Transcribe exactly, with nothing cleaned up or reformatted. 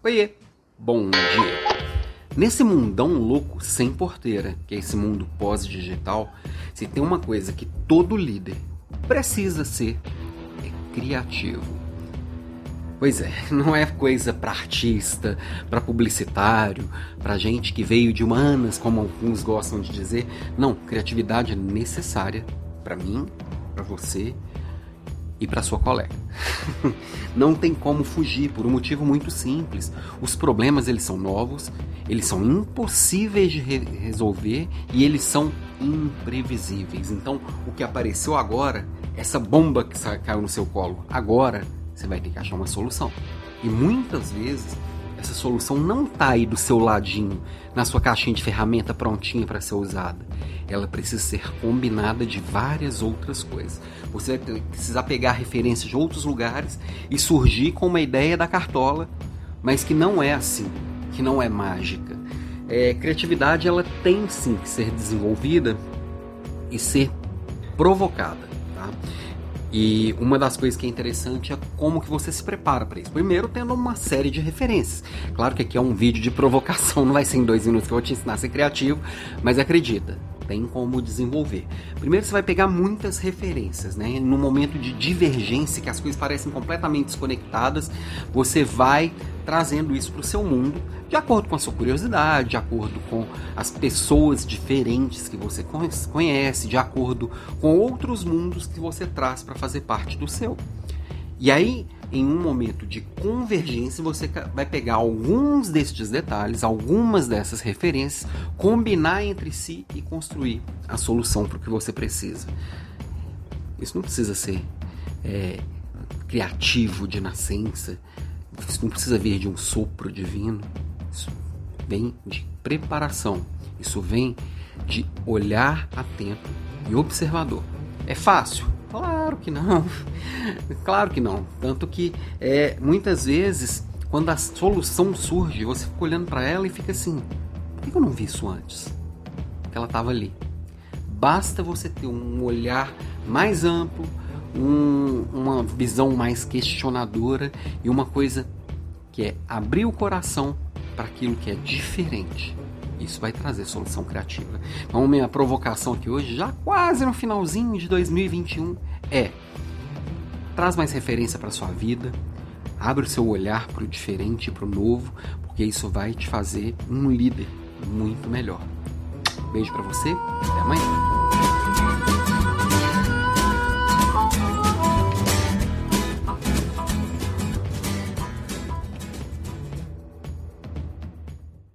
Oiê, bom dia. Nesse mundão louco sem porteira, que é esse mundo pós-digital, se tem uma coisa que todo líder precisa ser, é criativo. Pois é, não é coisa para artista, para publicitário, para gente que veio de humanas, como alguns gostam de dizer. Não, criatividade é necessária para mim, para você e para sua colega. Não tem como fugir por um motivo muito simples. Os problemas, eles são novos, eles são impossíveis de re- resolver e eles são imprevisíveis. Então, o que apareceu agora, essa bomba que sa- caiu no seu colo, agora você vai ter que achar uma solução. E muitas vezes essa solução não está aí do seu ladinho, na sua caixinha de ferramenta prontinha para ser usada. Ela precisa ser combinada de várias outras coisas. Você vai precisar pegar referências de outros lugares e surgir com uma ideia da cartola, mas que não é assim, que não é mágica. É, criatividade, ela tem sim que ser desenvolvida e ser provocada, tá? E uma das coisas que é interessante é como que você se prepara para isso. Primeiro, tendo uma série de referências. Claro que aqui é um vídeo de provocação, não vai ser em dois minutos que eu vou te ensinar a ser criativo, mas acredita, tem como desenvolver. Primeiro, você vai pegar muitas referências, né? No momento de divergência, que as coisas parecem completamente desconectadas, você vai trazendo isso para o seu mundo, de acordo com a sua curiosidade, de acordo com as pessoas diferentes que você conhece, de acordo com outros mundos que você traz para fazer parte do seu. E aí, em um momento de convergência, você vai pegar alguns destes detalhes, algumas dessas referências, combinar entre si e construir a solução para o que você precisa. Isso não precisa ser é, criativo de nascença, isso não precisa vir de um sopro divino. Isso vem de preparação, isso vem de olhar atento e observador. É fácil? Claro que não, claro que não. Tanto que é, muitas vezes, quando a solução surge, você fica olhando para ela e fica assim: por que eu não vi isso antes? Porque ela estava ali. Basta você ter um olhar mais amplo, um, uma visão mais questionadora e uma coisa que é abrir o coração para aquilo que é diferente. Isso vai trazer solução criativa. Então, minha provocação aqui hoje, já quase no finalzinho de dois mil e vinte e um, é: traz mais referência para sua vida, abre o seu olhar para o diferente e para o novo, porque isso vai te fazer um líder muito melhor. Beijo para você, até amanhã.